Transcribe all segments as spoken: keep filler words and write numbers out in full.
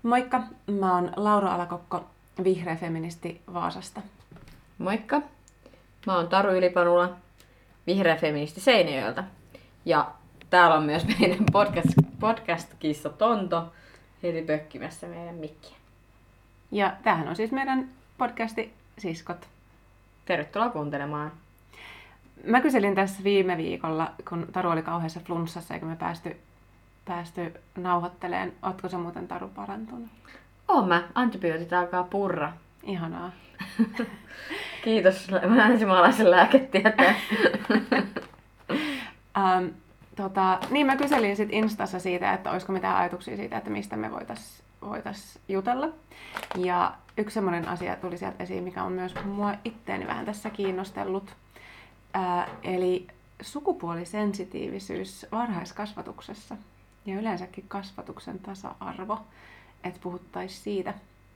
Moikka, mä oon Laura Alakokko, vihreä feministi Vaasasta. Moikka, mä oon Taru Ylipanula, vihreä feministi Seinäjoelta. Ja täällä on myös meidän podcast, podcast-kissa Tonto heti pökkimässä meidän mikkiä. Ja tämähän on siis meidän podcasti Siskot. Tervetuloa kuuntelemaan. Mä kyselin tässä viime viikolla, kun Taru oli kauheassa flunssassa eikä me päästy, päästy nauhoitteleen. Ootko sä muuten, Taru, parantunut? Oon mä. Antibiootit alkaa purra. Ihanaa. Kiitos länsimaalaisen lääketieteen. um, tota, niin mä kyselin sit Instassa siitä, että olisiko mitään ajatuksia siitä, että mistä me voitais, voitais jutella. Ja yksi semmoinen asia tuli sieltä esiin, mikä on myös mua itteeni vähän tässä kiinnostellut. Ää, eli sukupuolisensitiivisyys varhaiskasvatuksessa ja yleensäkin kasvatuksen tasa-arvo, että puhuttaisiin siitä.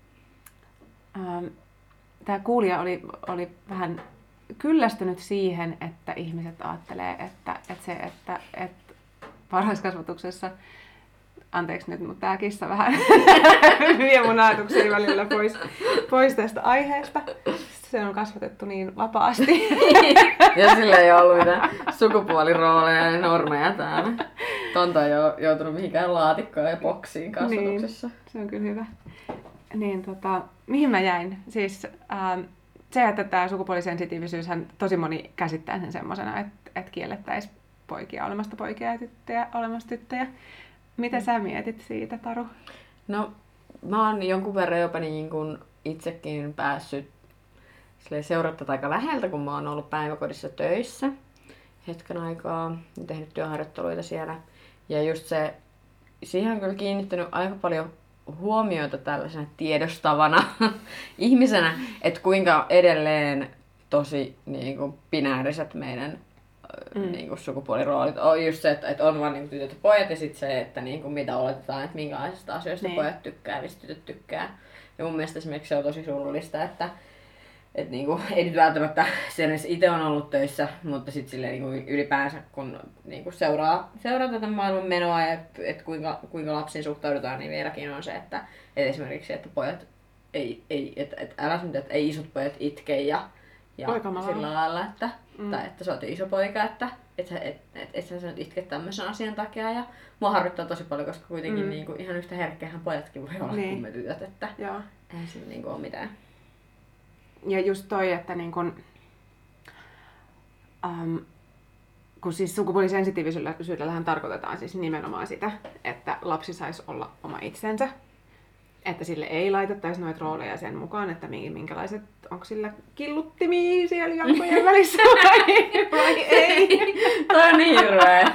Tämä kuulija oli, oli vähän kyllästynyt siihen, että ihmiset ajattelee, että, että se, että, että varhaiskasvatuksessa, anteeksi nyt, mutta tämä kissa vähän vie mun ajatuksia välillä pois, pois tästä aiheesta. Se on kasvatettu niin vapaasti. Ja sillä ei ollut mitään sukupuolirooleja ja normeja täällä. Tonto ei ole joutunut mihinkään laatikkoon ja boksiin kasvatuksessa. Niin, se on kyllä hyvä. Niin, tota, mihin mä jäin? Siis ähm, se, että tämä sukupuolisensitiivisyyshän tosi moni käsittää sen semmosena, että, että kiellettäisiin poikia olemasta poikia ja tyttöjä olemasta tyttöjä. Mitä mm. sä mietit siitä, Taru? No, mä oon jonkun verran jopa niin kuin itsekin päässyt seurata aika läheltä, kun mä oon ollut päiväkodissa töissä hetken aikaa, tehnyt työharjoitteluita siellä. Ja just se, siihen on kyllä kiinnittänyt aika paljon huomioita tällaisena tiedostavana ihmisenä, että kuinka edelleen tosi niin kuin binääriset meidän mm. niin kuin sukupuoliroolit on just se, että, että on vaan niin kuin tytöt ja pojat ja sitten se, että niin kuin mitä oletetaan, että minkälaisista asioista niin. pojat tykkää ja mistä tytöt tykkää. Ja mun mielestä esimerkiksi se on tosi surullista, että et niinku, ei nyt välttämättä sen itse on ollut töissä, mutta sit silleen niinku ylipäänsä kun niinku seuraa, seuraa tätä maailman menoa ja et kuinka, kuinka lapsiin suhtaudutaan, niin vieläkin on se, että et esimerkiksi että pojat ei, ei et, et älä nyt, että ei isot pojat itke ja, ja sillä lailla, että, mm. tai että sä oot iso poika, että et sä et, et, et sä nyt itke tämmöisen asian takia. Ja mua harvittaa tosi paljon, koska kuitenkin mm. niinku, ihan yhtä herkkähän pojatkin voi olla niin. kuin me tytöt, että Joo. eihän siinä niinku ole mitään. Ja just toi, että niin kun, ähm, kun siis sukupuolisensitiivisyydellähän tarkoitetaan siis nimenomaan sitä, että lapsi saisi olla oma itsensä. Että sille ei laitettaisi noita rooleja sen mukaan, että minkälaiset, onko sillä killuttimia siellä jalkojen välissä vai, vai ei. Toi on niin hirveä.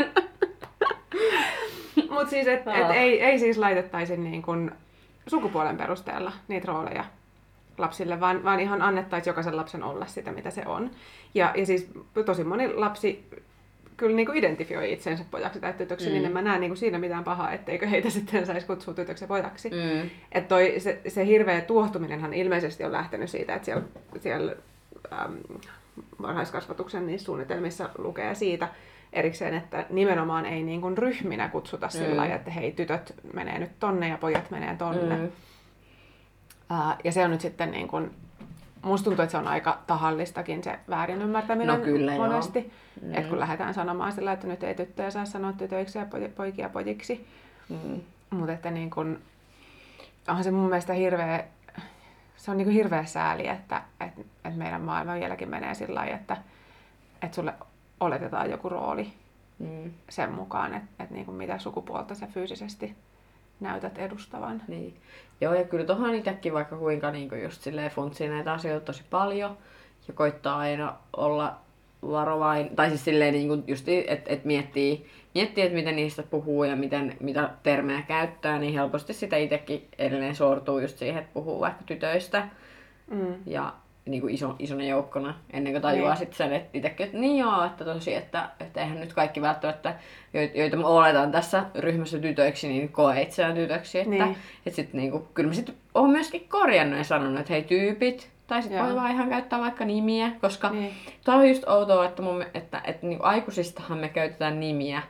Mut siis, että et ei, ei siis laitettaisi niin kun sukupuolen perusteella niitä rooleja lapsille, vaan, vaan ihan annettaisiin jokaisen lapsen olla sitä, mitä se on. Ja, ja siis tosi moni lapsi kyllä niin kuin identifioi itsensä pojaksi tai tytöksi, mm. niin en mä näe niin kuin siinä mitään pahaa, etteikö heitä sitten saisi kutsua tytöksi ja pojaksi. Mm. Että toi, se, se hirveä tuohtuminenhan ilmeisesti on lähtenyt siitä, että siellä, siellä äm, varhaiskasvatuksen niissä suunnitelmissa lukee siitä erikseen, että nimenomaan ei niin kuin ryhminä kutsuta mm. sillä lailla, että hei, tytöt menee nyt tonne ja pojat menee tonne. Mm. Uh, ja se on nyt sitten niin kuin, musta tuntuu, että se on aika tahallistakin se väärin ymmärtäminen no kyllä, monesti. Mm. Että kun lähdetään sanomaan sillä, että nyt ei tyttöjä saa sanoa tytöiksi ja poikia pojiksi. Mm. Mutta että niin kuin, onhan se mun mielestä hirveä, se on niin kuin hirveä sääli, että, että, että meidän maailma vieläkin menee sillä lailla, että, että sulle oletetaan joku rooli mm. sen mukaan, että, että niin kuin mitä sukupuolta sä fyysisesti näytät edustavan. Niin. Joo, ja kyllä tuohon itsekin vaikka kuinka niin kuin just silleen funtsii näitä asioita tosi paljon ja koittaa aina olla varovain, tai siis silleen niin kuin just, että et miettii, miettii, että miten niistä puhuu ja miten, mitä termejä käyttää, niin helposti sitä itsekin edelleen sortuu just siihen, että puhuu vaikka tytöistä mm. ja niin kuin iso, isona joukkona, ennen kuin tajuaa sitten sen, että itsekin, että niin joo, että tosi, että, että eihän nyt kaikki välttämättä, joita mä oletan tässä ryhmässä tytöiksi, niin koe itseään tytöksi, että, niin. että sit niinku, kyllä mä sitten oon myöskin korjannut ja sanonut, että hei tyypit, tai sitten voi vaan ihan käyttää vaikka nimiä, koska niin. Tuo on just outoa, että, mun, että, että, että niin aikuisistahan me käytetään nimiä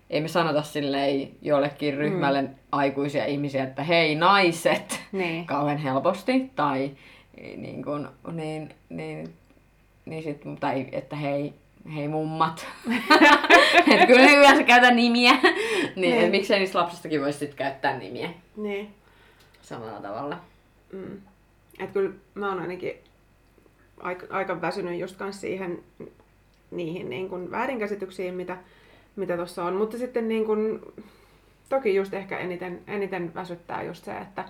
ei me sanota silleen jollekin ryhmälle mm. aikuisia ihmisiä, että hei naiset, niin. kauhean helposti. Tai niin kun, niin, niin, niin sit, tai että hei, hei mummat. Että kyllä ne yleensä käytä nimiä. niin, niin. Miksei niistä lapsistakin voisi sit käyttää nimiä. Niin. Samalla tavalla. Mm. Että kyllä mä oon ainakin aika, aika väsynyt just kans siihen niihin niin kun väärinkäsityksiin, mitä mitä tuossa on. Mutta sitten niin kun, toki just ehkä eniten, eniten väsyttää just se, että,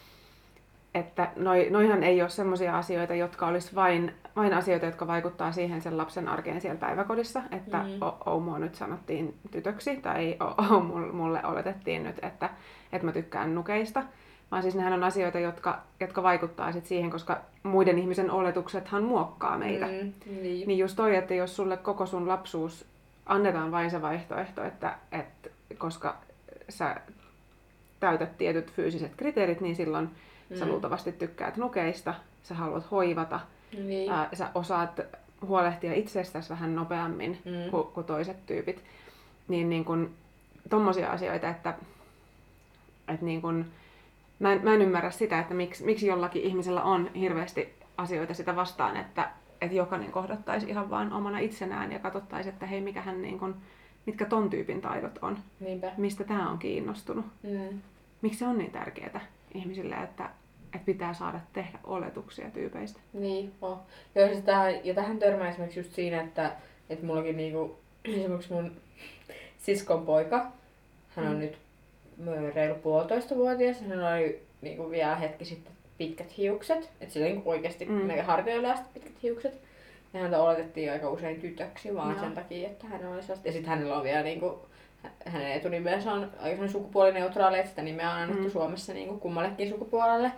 että noi, noihan ei ole semmoisia asioita, jotka olisi vain, vain asioita, jotka vaikuttaa siihen sen lapsen arkeen siellä päiväkodissa, että mm. Oumoa nyt sanottiin tytöksi tai mulle oletettiin nyt, että, että mä tykkään nukeista. Vaan siis nehän on asioita, jotka, jotka vaikuttaa sit siihen, koska muiden ihmisen oletuksethan muokkaa meitä. Mm, niin. niin just toi, että jos sulle koko sun lapsuus annetaan vain se vaihtoehto, että, että koska sä täytät tietyt fyysiset kriteerit, niin silloin mm. sä luultavasti tykkäät nukeista, sä haluat hoivata, niin. ää, sä osaat huolehtia itsestäsi vähän nopeammin mm. kuin, kuin toiset tyypit. Niin, niin kun, tommosia asioita, että, että niin kun, mä, en, mä en ymmärrä sitä, että miksi, miksi jollakin ihmisellä on hirveästi asioita sitä vastaan, että että jokainen kohdattaisi ihan vaan omana itsenään ja katsottaisi, että hei, mikähän niin kun, mitkä ton tyypin taidot on. Niinpä. Mistä tää on kiinnostunut. Mm. Miksi se on niin tärkeää ihmisille, että, että pitää saada tehdä oletuksia tyypeistä. Niin, on. Joo, siis tähän, ja tähän törmää esimerkiksi just siinä, että, että mullakin niinku, esimerkiksi mun siskon poika, hän on mm. nyt reilu puolitoista vuotias, hän oli niinku vielä hetki sitten pitkät hiukset, että sillä niin oikeasti mm. hartioilla asti pitkät hiukset. Ja häntä oletettiin aika usein tytöksi vaan no. sen takia, että hän oli sellaista. Ja sitten hänellä on vielä, niin kuin, hänen etunimensä on aika sukupuolineutraali, että sitä nimeä on annettu mm. Suomessa niin kuin kummallekin sukupuolelle.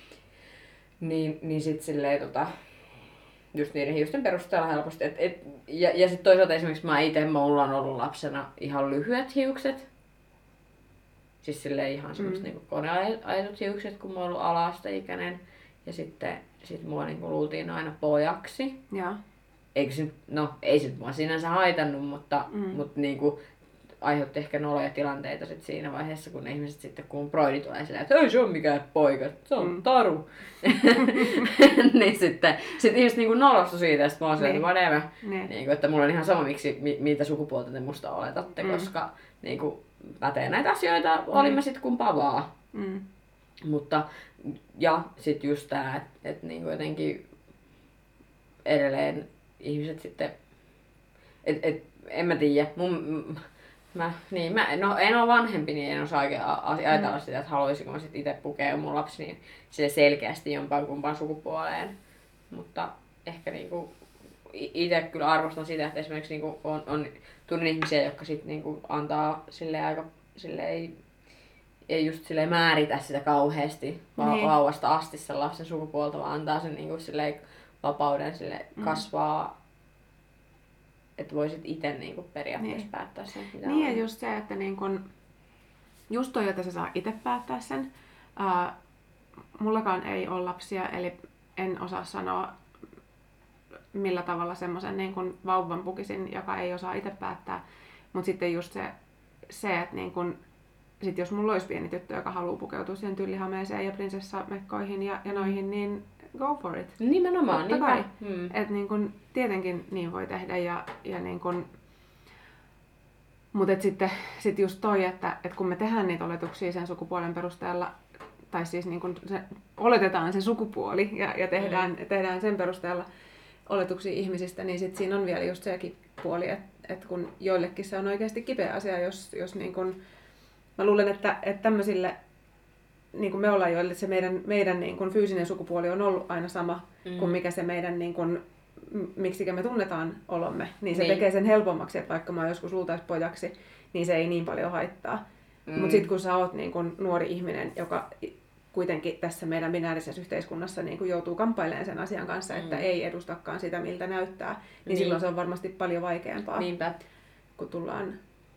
Niin, niin sitten silleen tota, just niiden hiusten perusteella helposti. Et, et, ja ja sitten toisaalta esimerkiksi mä itse, mulla on ollut lapsena ihan lyhyet hiukset. Siis silleen ihan semmoiset mm. niinku koneaidut hiukset, kun mä oon ollut ala-asteikäinen. Ja sitten sit mua niinku luultiin aina pojaksi. Ja. Eikö se, no ei se mua sinänsä haitannut, mutta, mm. mutta niinku, aiheutti ehkä noloja tilanteita sit siinä vaiheessa, kun ne ihmiset sitten, kun broidi tulee silleen, että ei se on mikään poika, se on mm. taru. niin sitten sit ihmiset niinku nolostui siitä, ja sit mä oon silleen, että whatever. Niinku, että mulla on ihan sama, miksi, mi, mitä sukupuolta te musta oletatte, mm. koska niinku, pätee näitä asioita, mm. olimme sitten kumpaa vaan. Mm. Mutta, ja sitten just tää, että et niinku jotenkin edelleen ihmiset sitten, et, et, en mä tiedä, mun, mä, niin, mä, no en ole vanhempi, niin en osaa oikein ajatella mm. sitä, että haluaisinko mä sitten itse pukea mun lapsi niin sille selkeästi jompaan kumpaan sukupuoleen. Mutta ehkä niinku itse kyllä arvostan sitä, että esimerkiksi niinku on, on tunnen ihmisiä, jotka sit niinku antaa sille aika sille ei, ei just sille määritä sitä kauheasti niin. vauvasta asti sen lapsen sukupuolta, vaan antaa sen niinku sille vapauden sille mm. kasvaa, että voisit itse niinku periaatteessa niin. päättää sen. Mitä niin on. Ja just se, että niinku, just toi, että sä saa itse päättää sen. Uh, mullakaan ei ole lapsia, eli en osaa sanoa, millä tavalla semmoisen niin kuin vauvan pukisin, joka ei osaa itse päättää. Mutta sitten just se, se että niin kun, sit jos mulla olisi pieni tyttö, joka haluaa pukeutua siihen tyllihameeseen ja prinsessamekkoihin ja, ja noihin, niin go for it. Nimenomaan, totta kai. Hmm. Et niin kun, tietenkin niin voi tehdä. Ja, ja niin kun, mutta et sitten sit just toi, että et kun me tehdään niitä oletuksia sen sukupuolen perusteella, tai siis niin kun se, oletetaan se sukupuoli ja, ja tehdään, hmm. tehdään sen perusteella oletuksia ihmisistä, niin sit siinä on vielä just sekin puoli, että et kun joillekin se on oikeasti kipeä asia, jos, jos niin kun, mä luulen, että, että tämmöisille, niin kuin me ollaan joille se meidän, meidän niin kun fyysinen sukupuoli on ollut aina sama mm. kuin mikä se meidän, niin kun, miksikä me tunnetaan olomme, niin se niin. tekee sen helpommaksi, että vaikka mä joskus luultais pojaksi, niin se ei niin paljon haittaa. Mm. Mutta sitten kun sä oot niin kun nuori ihminen, joka kuitenkin tässä meidän binäärisessä yhteiskunnassa niin kuin joutuu kamppailemaan sen asian kanssa, mm. että ei edustakaan sitä, miltä näyttää, niin, niin silloin se on varmasti paljon vaikeampaa, Niinpä. kun tullaan,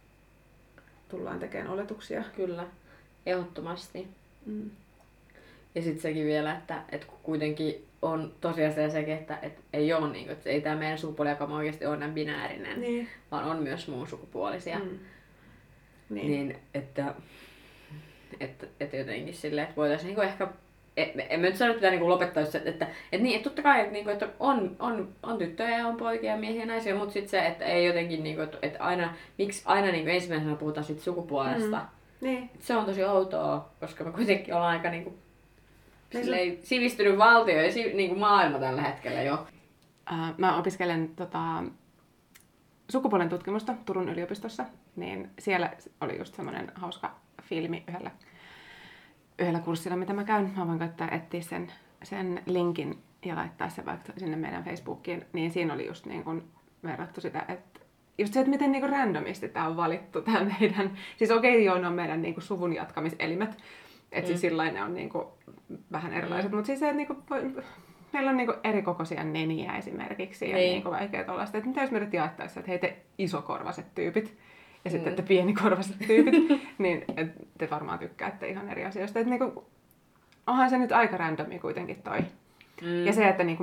tullaan tekemään oletuksia. Kyllä, ehdottomasti. Mm. Ja sitten sekin vielä, että, että kuitenkin on tosiasia sekin, että, että ei ole niin kuin, että ei tämä meidän sukupuolijakama oikeasti ole näin binäärinen, niin. vaan on myös muun sukupuolisia. Mm. Niin, niin että, että, että jotenkin silleen, että voitaisiin niinku ehkä, et, en mä nyt sano, että pitää niinku lopettaa, että, että, että, niin, että totta kai, että, niinku, että on, on, on tyttöjä ja on poikia, miehiä ja naisia, mutta sitten se, että ei jotenkin, niinku, että, että aina, miksi aina niinku ensimmäisenä puhutaan siitä sukupuolesta. Mm. Niin. Se on tosi outoa, koska me kuitenkin ollaan aika niinku, silleen, sivistynyt valtio ja si, niinku maailma tällä hetkellä jo. Uh, mä opiskelen tota, sukupuolen tutkimusta Turun yliopistossa, niin siellä oli just semmoinen hauska filmi yhdellä, yhdellä kurssilla, mitä mä käyn. Mä voin koittaa etsiä sen, sen linkin ja laittaa se vaikka sinne meidän Facebookiin. Niin siinä oli just niin kun verrattu sitä, että just se, että miten niin kun randomisti tää on valittu, tää meidän, siis okei okay, joo, ne on meidän niin kun suvun jatkamiselimet, että mm. siis sillain ne on niin kun vähän erilaiset, mm. mutta siis se, että niin kun voi, meillä on niinku eri kokoisia neniä esimerkiksi ja niin. niinku vaikea tollaista, että mitä jos me nyt jaettaisiin, että hei te isokorvaset tyypit ja mm. sitten te pienikorvaset tyypit, niin te varmaan tykkäätte ihan eri asioista. Että niinku, onhan se nyt aika randomi kuitenkin toi. Mm. Ja se, että niinku,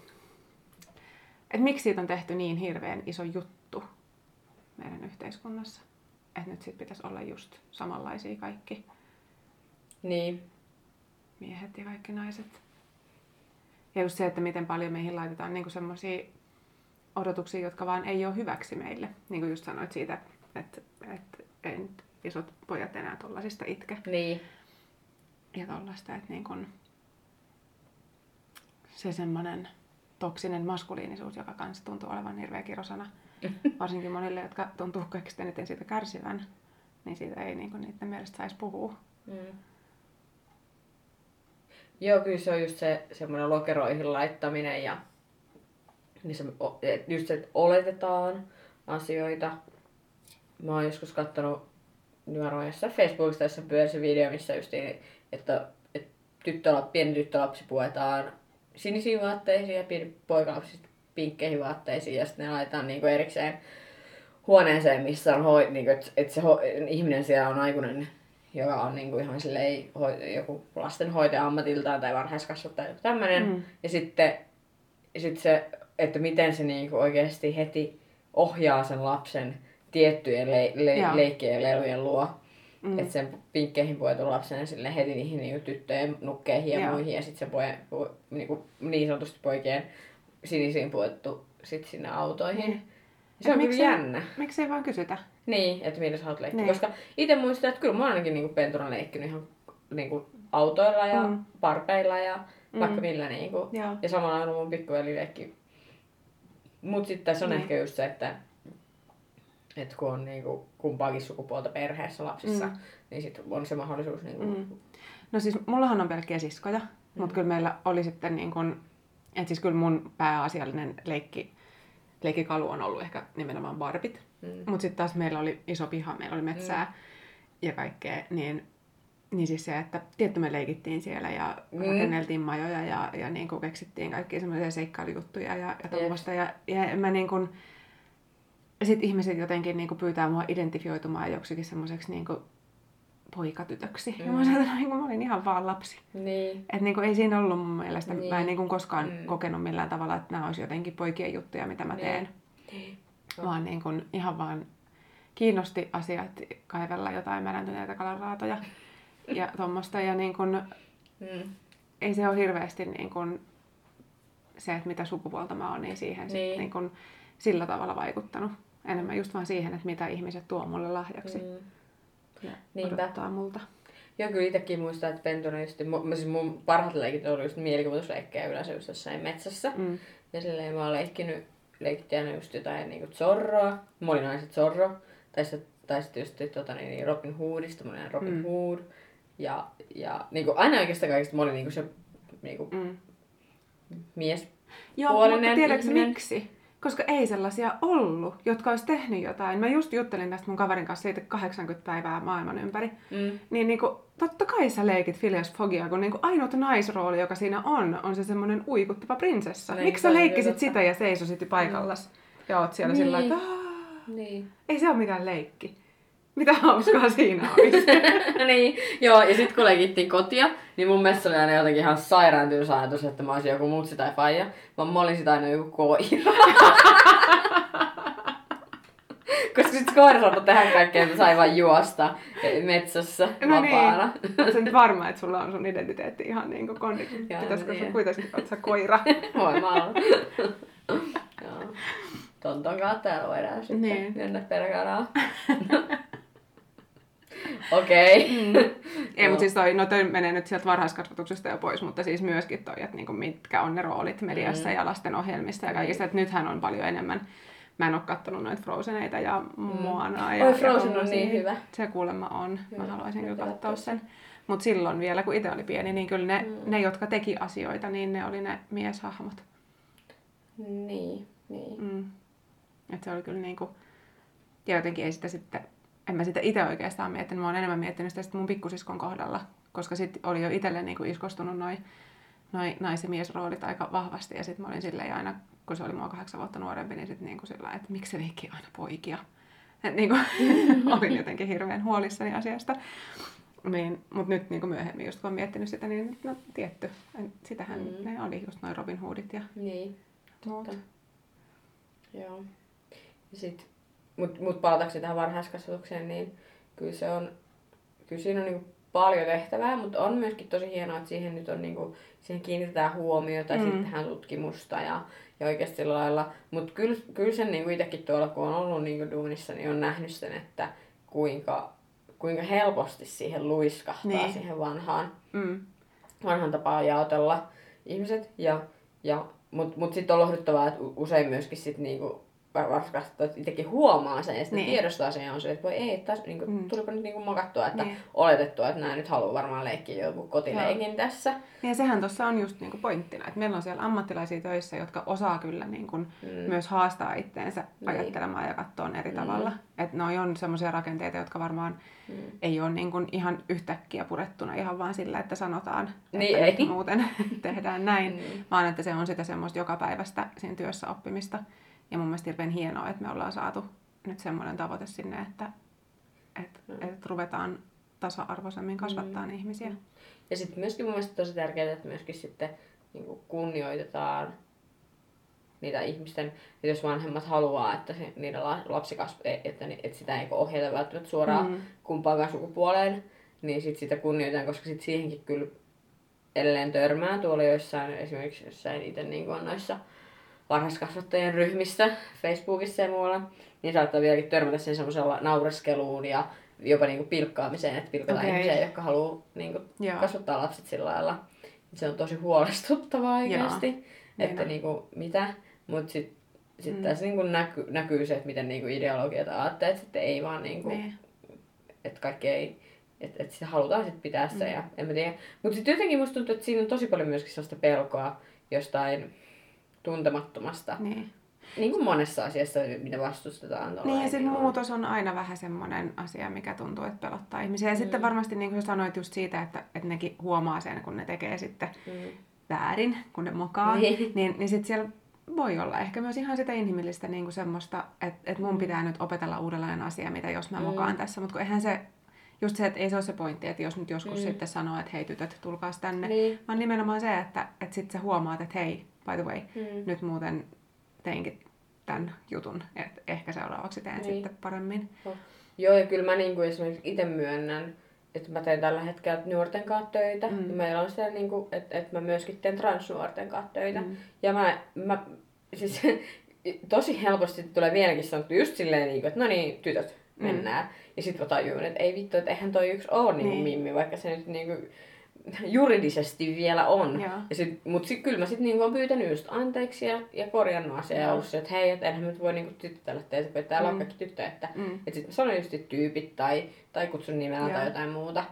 et miksi siitä on tehty niin hirveän iso juttu meidän yhteiskunnassa, että nyt sit pitäisi olla just samanlaisia kaikki niin. miehet ja kaikki naiset. Ja just se, että miten paljon meihin laitetaan niinku semmoisia odotuksia, jotka vaan ei ole hyväksi meille. Niin kuin just sanoit siitä, että, että ei nyt isot pojat enää tollasista itke. Niin. Ja tollasta, että niin kun se semmoinen toksinen maskuliinisuus, joka kanssa tuntuu olevan hirveä kirosana. Varsinkin monille, jotka tuntuu kaikista eniten siitä kärsivän, niin siitä ei niin kun niiden mielestä saisi puhua. Mm. Joo, kyllä se on just se semmoinen lokeroihin laittaminen ja niin se, just se, että oletetaan asioita. Mä oon joskus kattonut varmaan jossain Facebookissa tässä pyörissä video, missä just niin, että, että tyttölap, pieni tyttölapsi puetaan sinisiin vaatteisiin ja pieni poikalapsi pinkkeihin vaatteisiin ja sitten ne laitetaan niinku erikseen huoneeseen, missä on hoi, niinku, että, että se ho, ihminen siellä on aikuinen, joka on niinku ihan silleen joku lastenhoitaja ammatiltaan tai varhaiskasvattaja tai tämmöinen. Mm. Ja sitten sit se, että miten se niinku oikeasti heti ohjaa sen lapsen tiettyjen le- le- leikkien ja lelujen luo. Mm. Että sen pinkkeihin puetun lapsen sille heti niihin niinku tyttöjen nukkeihin ja Joo. muihin. Ja sitten se poje, pu, niinku, niin sanotusti poikien sinisiin puettu sit sinne autoihin. Mm. Se on kyllä jännä. Miksei vaan kysytä? Niin, että millä sä haluat leikkiä. Niin. Koska itse muistan, että kyllä mä oon ainakin niinku pentuna leikkinyt ihan niinku autoilla ja mm. parpeilla ja mm. vaikka millä. Niinku. Ja samalla aina mun pikkuveli leikki. Mut sitten tässä on mm. ehkä just se, että, että kun on niinku kumpaakin sukupuolta perheessä lapsissa, mm. niin sitten on se mahdollisuus. Niinku... Mm. No siis mullahan on pelkkiä siskoja, mm. mutta kyllä meillä oli sitten niin kun, että siis kyllä mun pääasiallinen leikki leikkikalu on ollut ehkä nimenomaan barbit. Mm. Mutta sitten taas meillä oli iso piha, meillä oli metsää mm. ja kaikkea. Niin, niin siis se, että tietty me leikittiin siellä ja mm. rakenneltiin majoja ja, ja niin kuin keksittiin kaikkia semmoisia seikkailujuttuja ja, ja tuommoista. Yes. Ja, ja mä niin kuin, sit ihmiset jotenkin niin kuin pyytää mua identifioitumaan joksikin semmoiseksi niin kuin poikatytöksi. Mm. Ja mä sanoin, että mä olin ihan vaan lapsi. Niin. Että niin kuin, ei siinä ollut mun mielestä, niin. Mä en niin kuin koskaan mm. kokenut millään tavalla, että nämä olisi jotenkin poikien juttuja, mitä mä teen. Niin. Vaan niin kuin, ihan vaan kiinnosti asiat, kaivella jotain märäntyneitä kalanraatoja ja tommoista. Ja niin kuin, mm. ei se ole hirveästi niin kuin se, että mitä sukupuolta mä oon, niin siihen niin. Sit niin kuin sillä tavalla vaikuttanut. Enemmän just vaan siihen, että mitä ihmiset tuo mulle lahjaksi. Mm. Ja odottaa multa. Joo, kyllä itsekin muistaa, että pentuna just, mä siis mun parhaat leikit oli just mielikuvitusleikkejä yleensä just jossain metsässä. Mm. Ja silleen mä oon leikkinyt, leikitty aina just jotain niinku Zorroa. Mä olin aina sit Zorro. Tai sitten tai sit just tota, niin Robin Hoodista, mä olin Robin mm. Hood. Ja, ja niinku aina oikeastaan kaikista mä olin niinku se niinku mm. miespuolinen Joo, mutta tiedätkö miksi? Koska ei sellaisia ollut, jotka olisi tehnyt jotain. Mä just juttelin tästä mun kaverin kanssa siitä kahdeksankymmentä päivää maailman ympäri. Mm. Niin niinku, totta kai sä leikit Phileas Foggia, kun niinku ainut naisrooli, joka siinä on, on se semmoinen uikuttava prinsessa. Miksi sä leikkisit sitä ja seisosit paikallas? Mm. Ja oot siellä niin. Sillä että niin. Ei se ole mikään leikki. Mitä hauskaa siinä olisi? Niin, joo, ja sit kun leikittiin kotia, niin mun mielestä oli aina jotenkin ihan sairaan tylsä ajatus, että mä olisin joku mutsi tai faija, vaan mä olin sit aina joku koira. Koska sit koira saattaa tehdä kaikkea, että sai vaan juosta metsässä no vapaana. Niin. Oletko nyt varma, että sulla on sun identiteetti ihan niin kuin kondiksi? Pitäisikö sun kuitenkin otsaa koira? Voi mä olla. Tonton kautta ja voidaan sitten niin. mennä perkanaan. Okei. Okay. Mm. Ei, mutta siis toi, no toi menee nyt sieltä varhaiskasvatuksesta jo pois, mutta siis myöskin toi, että niinku mitkä on ne roolit mediassa mm. ja lastenohjelmissa ja kaikista, että nythän on paljon enemmän. Mä en oo kattonut noita Frozeneita ja Moanaa. Mm. Ja, Oi, Frozen on niin hyvä. Se kuulemma on. Hyvä. Mä haluaisin kyllä katsoa sen. Mutta silloin vielä, kun itse oli pieni, niin kyllä ne, mm. ne, jotka teki asioita, niin ne oli ne mieshahmot. Niin, niin. Mm. Että se oli kyllä niinku... Ja jotenkin ei sitä sitten... En mä sitä itse oikeastaan miettinyt. Mä oon enemmän miettinyt sitä sit mun pikkusiskon kohdalla. Koska sit oli jo itselle niinku iskostunut noi, noi nais- ja miesroolit aika vahvasti. Ja sit mä olin silleen aina, kun se oli mua kahdeksan vuotta nuorempi, niin sit niinku sillä että miksi se leikki aina poikia. Et niinku olin jotenkin hirveän huolissani asiasta. Niin, mut nyt niinku myöhemmin just kun oon miettinyt sitä, niin no tietty. Sitähän mm. ne oli just noi Robin Hoodit ja niin, muut. Joo. Ja sit Mut, mut palatakseni tähän varhaiskasvatukseen, niin kyllä se on, kyllä siinä on niinku paljon tehtävää, mutta on myöskin tosi hienoa, että siihen nyt on niinku, siihen kiinnitetään huomiota, mm. sitten tehdään tutkimusta ja, ja oikeasti sillä lailla. Mutta kyllä, kyllä sen niinku itsekin tuolla, kun on ollut niinku duunissa, niin on nähnyt sen, että kuinka, kuinka helposti siihen luiskahtaa, niin. siihen vanhaan, mm. vanhaan tapaan jaotella ihmiset. Ja, ja, mutta mut sitten on lohduttavaa, että usein myöskin sit niinku varhaiskasvattajat itsekin huomaa sen ja sitten niin. tiedostaa sen ja on se, että voi ei, taas, niin kuin, mm. tulipa nyt niin kuin mokattua, että niin. oletettua, että nämä nyt haluaa varmaan leikkiä joku kotileikin Joo. tässä. Ja sehän tuossa on just niin kuin pointtina, että meillä on siellä ammattilaisia töissä, jotka osaa kyllä niin kuin mm. myös haastaa itteensä niin. ajattelemaan ja katsoa eri mm. tavalla. Että noi on semmoisia rakenteita, jotka varmaan mm. ei ole niin kuin ihan yhtäkkiä purettuna ihan vaan sillä, että sanotaan, niin että ei. muuten tehdään näin, mm. vaan että se on sitä semmoista jokapäiväistä siinä työssä oppimista. Ja mun mielestä hirveän hienoa, että me ollaan saatu nyt semmoinen tavoite sinne, että, että, mm. että ruvetaan tasa-arvoisemmin kasvattaa mm. ihmisiä. Ja sitten myöskin mun mielestä tosi tärkeää, että myöskin sitten niin kuin kunnioitetaan niitä ihmisten, että jos vanhemmat haluaa, että se, niiden lapsi kasv, että, että sitä ei ohjata välttämättä suoraan mm. kumpaankaan sukupuoleen, niin sit sitä kunnioitetaan, koska sit siihenkin kyllä edelleen törmää tuolla joissain, esimerkiksi jossain itse niin kuin on noissa varhaiskasvattajien ryhmissä, Facebookissa ja muualla, niin saattaa vieläkin törmätä sen semmoisella naureskeluun ja jopa niinku pilkkaamiseen, että pilkataan okay. ihmisiä, jotka haluaa niinku kasvattaa lapset sillä lailla. Se on tosi huolestuttavaa oikeasti, että niinku, mitä, mutta sitten sit mm. tässä niinku näky, näkyy se, että miten niinku ideologiat aatteet sitten ei vaan niinku, niin. että kaikki ei, että et sitä halutaan sitten pitää se mm. ja en mä tiedä. Mutta sitten jotenkin musta tuntuu, että siinä on tosi paljon myöskin sellaista pelkoa jostain tuntemattomasta. Niin. Niin kuin monessa asiassa, mitä vastustetaan. Niin ja sitten muutos on aina vähän semmoinen asia, mikä tuntuu, että pelottaa ihmisiä. Ja mm. sitten varmasti niin kuin sä sanoit just siitä, että, että nekin huomaa sen, kun ne tekee sitten mm. väärin, kun ne mokaa. Niin, niin, niin sitten siellä voi olla ehkä myös ihan sitä inhimillistä niin kuin semmoista, että, että mun pitää nyt opetella uudenlainen asia, mitä jos mä mokaan mm. tässä. Mutta eihän se, just se, että ei se ole se pointti, että jos nyt joskus mm. sitten sanoo, että hei tytöt, tulkaas tänne. Niin. Vaan nimenomaan se, että, että sitten sä huomaat, että hei, by the way, mm. nyt muuten teinkin tämän jutun, että ehkä seuraavaksi teen niin. sitten paremmin. Oh. Joo, ja kyllä mä niin kuin esimerkiksi itse myönnän, että mä teen tällä hetkellä nuorten kanssa töitä. Mm. Ja meillä on siellä, niin kuin, että, että mä myöskin teen transnuorten kanssa töitä. Mm. Ja mä, mä siis tosi helposti tulee vieläkin sanottu just silleen, niin kuin, että no niin, tytöt, mennään. Mm. Ja sit mä tajun, että ei vittu, että eihän toi yksi oo niin kuin mimmi, vaikka se nyt niin kuin juridisesti vielä on. Ja sit, mut sit, kyllä mä sit niinku on pyytänyt just anteeksi ja, ja korjannut asiaa ja ollut se, että hei, et enhän nyt voi niinku tyttöllä tehdä, kun täällä mm. on kaikki tyttöjä. Että mm. et sit mä sanon just tyypit tai, tai kutsun nimellä ja. tai jotain muuta.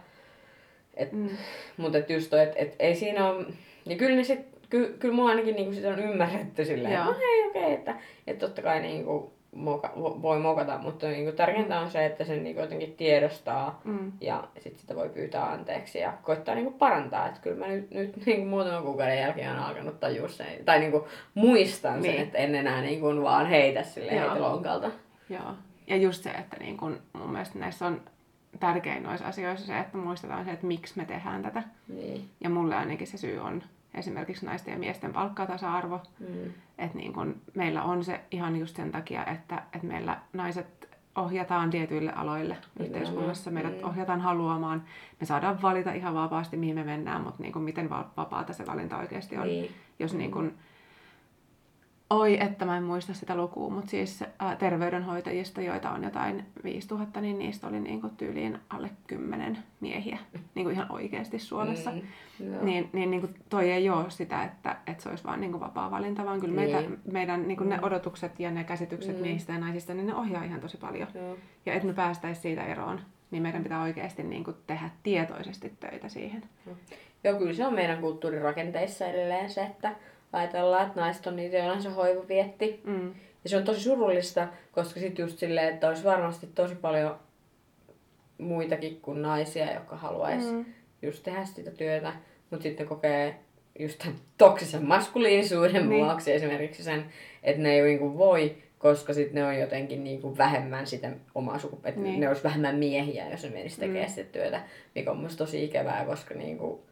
Et, mm. Mutta et just toi, että et, ei siinä ole... Ja kyllä ne sit, ky, kyllä mua ainakin niinku sit on ymmärretty silleen, että no hei okei, okay, että et totta kai niinku moka, voi mokata, mutta niinku tärkeintä on se, että sen niinku jotenkin tiedostaa mm. ja sit sitä voi pyytää anteeksi ja koittaa niinku parantaa. Että kyllä mä nyt, nyt niinku muutaman kuukauden jälkeen on alkanut tajua sen, tai niinku muistan niin. sen, että en enää niinku vaan heitä silleen heitä lonkalta. Joo. Ja just se, että niinku mun mielestä näissä on tärkein noissa asioissa se, että muistetaan se, että miksi me tehdään tätä. Niin. Ja mulle ainakin se syy on esimerkiksi naisten ja miesten palkkatasa-arvo. Mm. Että niin kun meillä on se ihan just sen takia, että, että meillä naiset ohjataan tietyille aloille yhteiskunnassa, meidät mm. ohjataan haluamaan, me saadaan valita ihan vapaasti mihin me mennään, mutta niin kuin miten vapaata se valinta oikeasti on. Niin. Jos mm. niin kuin, oi, että mä en muista sitä lukua, mutta siis ää, terveydenhoitajista, joita on jotain viisituhatta, niin niistä oli niin kuin tyyliin alle kymmenen miehiä niin kuin ihan oikeasti Suomessa. Mm, niin niin, niin kuin toi ei ole sitä, että, että se olisi vaan niin kuin vapaa valinta, vaan kyllä meitä, meidän niin kuin ne odotukset ja ne käsitykset mm. miehistä ja naisista, niin ne ohjaa ihan tosi paljon. Mm. Ja että me päästäisiin siitä eroon, niin meidän pitää oikeasti niin kuin tehdä tietoisesti töitä siihen. Mm. Joo, kyllä se on meidän kulttuurirakenteissa edelleen se, että ajatellaan, että naiset on niitä, joilla on se hoiva vietti. Mm. Ja se on tosi surullista, koska sitten just silleen, että olisi varmasti tosi paljon muitakin kuin naisia, jotka haluaisi mm. just tehdä sitä työtä, mutta sitten kokee just tämän toksisen maskuliinisuuden niin. vuoksi esimerkiksi sen, että ne ei niinku voi, koska sitten ne on jotenkin niinku vähemmän sitä omaa sukupuolta, että niin. ne olisi vähemmän miehiä, jos ne menisi tekemään mm. sitä työtä, mikä on musta tosi ikävää, koska niinku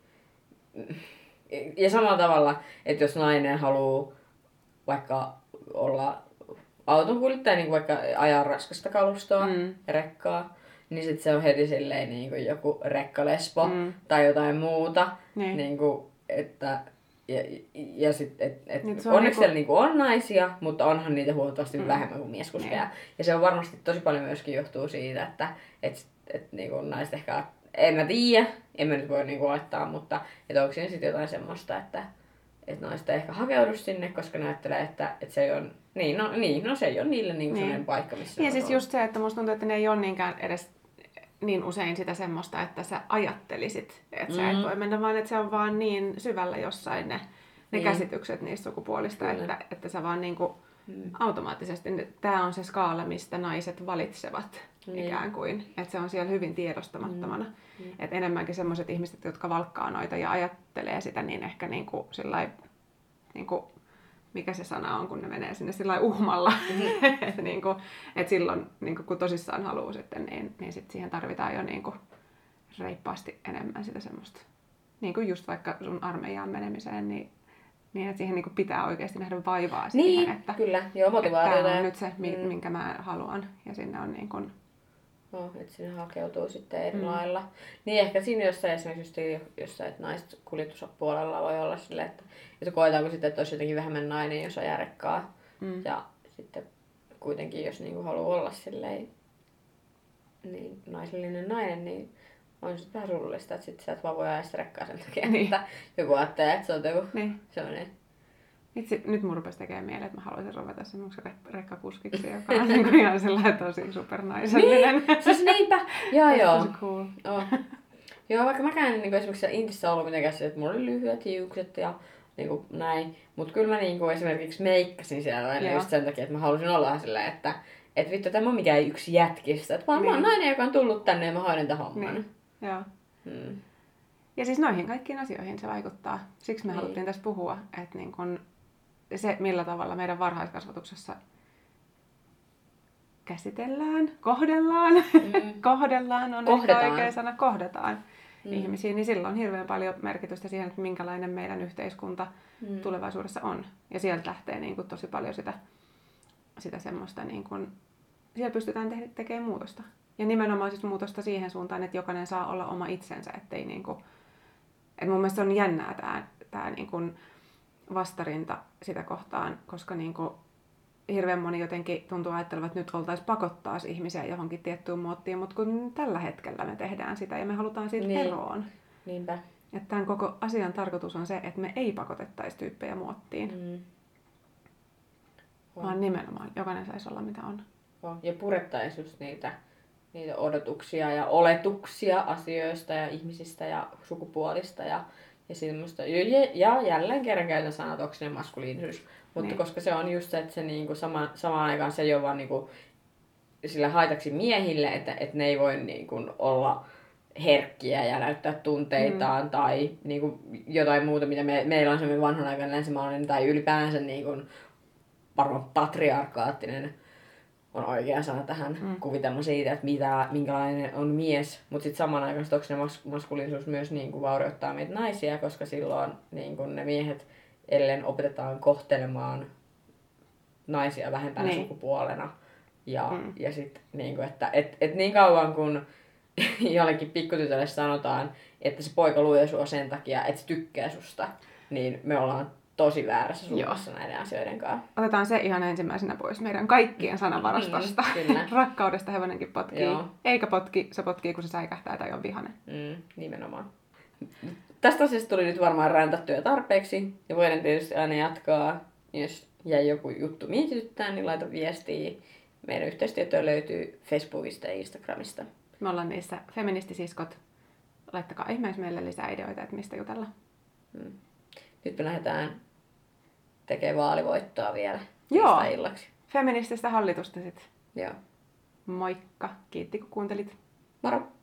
ja samalla tavalla, että jos nainen haluaa vaikka olla autonkuljettaja, niin vaikka ajaa raskasta kalustoa mm. ja rekkaa, niin sit se on heti silleen niin kuin joku rekkalesbo mm. tai jotain muuta. Niin. Niin kuin, että, ja, ja sit, et, et onneksi niinku siellä niinku on naisia, mutta onhan niitä huomattavasti mm. vähemmän kuin mieskuskeja. Niin. Ja se on varmasti tosi paljon myöskin johtuu siitä, että et, et, niinku naiset ehkä en mä tiedä, en mä nyt voi niinku laittaa, mutta että onko siinä sitten jotain semmoista, että et naiset ehkä hakeudu sinne, koska ne ajattelee, että, että se on, niin no, niin, no se ei ole niille niinku niin. sellainen paikka, missä ja siis olla. Just se, että musta tuntuu, että ne ei ole niinkään edes niin usein sitä semmoista, että sä ajattelisit, että sä mm. et voi mennä, vaan että se on vaan niin syvällä jossain ne, ne niin. käsitykset niistä sukupuolista, että, että sä vaan niinku mm. automaattisesti, tää on se skaala, mistä naiset valitsevat. Niin. Ikään kuin, että se on siellä hyvin tiedostamattomana. Mm. Mm. Että enemmänkin sellaiset ihmiset, jotka valkkaa noita ja ajattelee sitä, niin ehkä niin kuin sillai, niin kuin, mikä se sana on, kun ne menee sinne sillai uhmalla. Mm. että niin kuin, et silloin, niin kuin, kun tosissaan haluaa sitten, niin, niin sit siihen tarvitaan jo niin kuin reippaasti enemmän sitä semmoista. Niin kuin just vaikka sun armeijaan menemiseen, niin niin, että siihen niin pitää oikeasti nähdä vaivaa siihen, niin, että, kyllä. Joo, motivaatiota. Että tämä on nyt se, minkä mm. mä haluan. Ja sinne on niin kuin no, että sinne hakeutuu sitten eri mm. lailla. Niin ehkä siinä jossain esimerkiksi just jossain, että naiset kuljetuspuolella voi olla silleen, että, että koetaanko sitten, että olisi jotenkin vähemmän nainen, jos ajaa rekkaa. Mm. Ja sitten kuitenkin, jos niinku haluaa olla silleen niin naisellinen nainen, niin on sitten vähän surullista, että sitten sä et vaan voi ajaa sitä rekkaa sen takia, niin. että joku ajattelee, että se on joku niin. sellainen. Itse, nyt mun rupesi tekemään mieleen, että mä haluaisin ruveta semmoiksi rekkakuskiksi, joka on niin ihan sellainen tosi supernaisellinen. Niin, siis niinpä. Joo, joo. Tosi cool. Oh. Joo, vaikka mäkään niin esimerkiksi Intissä ollut mitenkään se, että mulla oli lyhyet hiukset ja niin kuin näin. Mutta kyllä mä niin kuin esimerkiksi meikkasin siellä aina just sen takia, että mä halusin olla silleen, että et vittu, tämä on mikään yksi jätkistä. Että vaan niin. Mä oon nainen, joka on tullut tänne ja mä hoidan tämän homman. Niin. Joo. Hmm. Ja siis noihin kaikkiin asioihin se vaikuttaa. Siksi me niin. haluttiin tässä puhua, että niin kun se, millä tavalla meidän varhaiskasvatuksessa käsitellään, kohdellaan, mm. kohdellaan on kohdetaan. Ehkä oikea sana, kohdetaan mm. ihmisiä, niin sillä on hirveän paljon merkitystä siihen, että minkälainen meidän yhteiskunta mm. tulevaisuudessa on. Ja sieltä lähtee niin kuin tosi paljon sitä, sitä semmoista, niin kuin, siellä pystytään te- tekemään muutosta. Ja nimenomaan siis muutosta siihen suuntaan, että jokainen saa olla oma itsensä, ettei niin kuin, että mun mielestä se on jännää tämä, tämä niin kuin vastarinta sitä kohtaan, koska niin kuin hirveän moni jotenkin tuntuu ajattelevan, että nyt oltaisiin pakottaa ihmisiä johonkin tiettyyn muottiin, mutta kun tällä hetkellä me tehdään sitä ja me halutaan siitä niin. eroon. Niinpä. Että tämän koko asian tarkoitus on se, että me ei pakotettaisi tyyppejä muottiin. Mm. Vaan nimenomaan jokainen saisi olla mitä on. on. Ja purettaisiin just niitä, niitä odotuksia ja oletuksia asioista ja ihmisistä ja sukupuolista ja Ja, semmoista, ja jälleen kerran käytän sanaa toksinen maskuliinisuus, mutta niin. koska se on just se, että se niinku sama, samaan aikaan se ei ole vaan niinku sillä haitaksi miehille, että, että ne ei voi niinku olla herkkiä ja näyttää tunteitaan mm. tai niinku jotain muuta, mitä me, meillä on semmoinen vanhanaikainen länsimaalainen tai ylipäänsä niinku varmaan patriarkaattinen on oikea sana tähän mm. kuvitelma siitä, että mitä, minkälainen on mies. Mutta sitten samaan aikaan toksinen mas- maskuliinisuus myös niin kuin vaurioittaa meitä naisia, koska silloin niin kuin ne miehet ellen opetetaan kohtelemaan naisia vähempänä niin. sukupuolena. Ja, mm. ja sit niinku, että et, et niin kauan kun jollekin pikkutytölle sanotaan, että se poika lue sua sen takia, että se tykkää susta, niin me ollaan tosi väärässä suunnassa näiden asioiden kanssa. Otetaan se ihan ensimmäisenä pois meidän kaikkien sanavarastosta. Mm, Rakkaudesta hevonenkin potkii. Joo. Eikä potki, se potkii, kun se säikähtää tai on vihainen. Mm, nimenomaan. Tästä asiasta tuli nyt varmaan räntättyä tarpeeksi. Ja voidaan tietysti aina jatkaa. Jos jäi joku juttu mietityttää, niin laita viestiä. Meidän yhteistyötä löytyy Facebookista ja Instagramista. Me ollaan niissä feministisiskot. Laittakaa ihmeessä meille lisää ideoita, että mistä jutella. Mm. Nyt me lähdetään tekemään vaalivoittoa vielä. Joo. Illaksi. Feminististä hallitusta sit. Joo. Moikka. Kiitti kun kuuntelit. Moro.